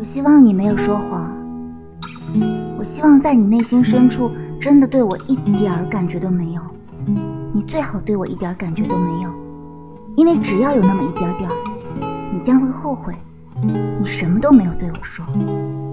我希望你没有说谎，我希望在你内心深处真的对我一点儿感觉都没有，你最好对我一点感觉都没有，因为只要有那么一点点，你将会后悔你什么都没有对我说。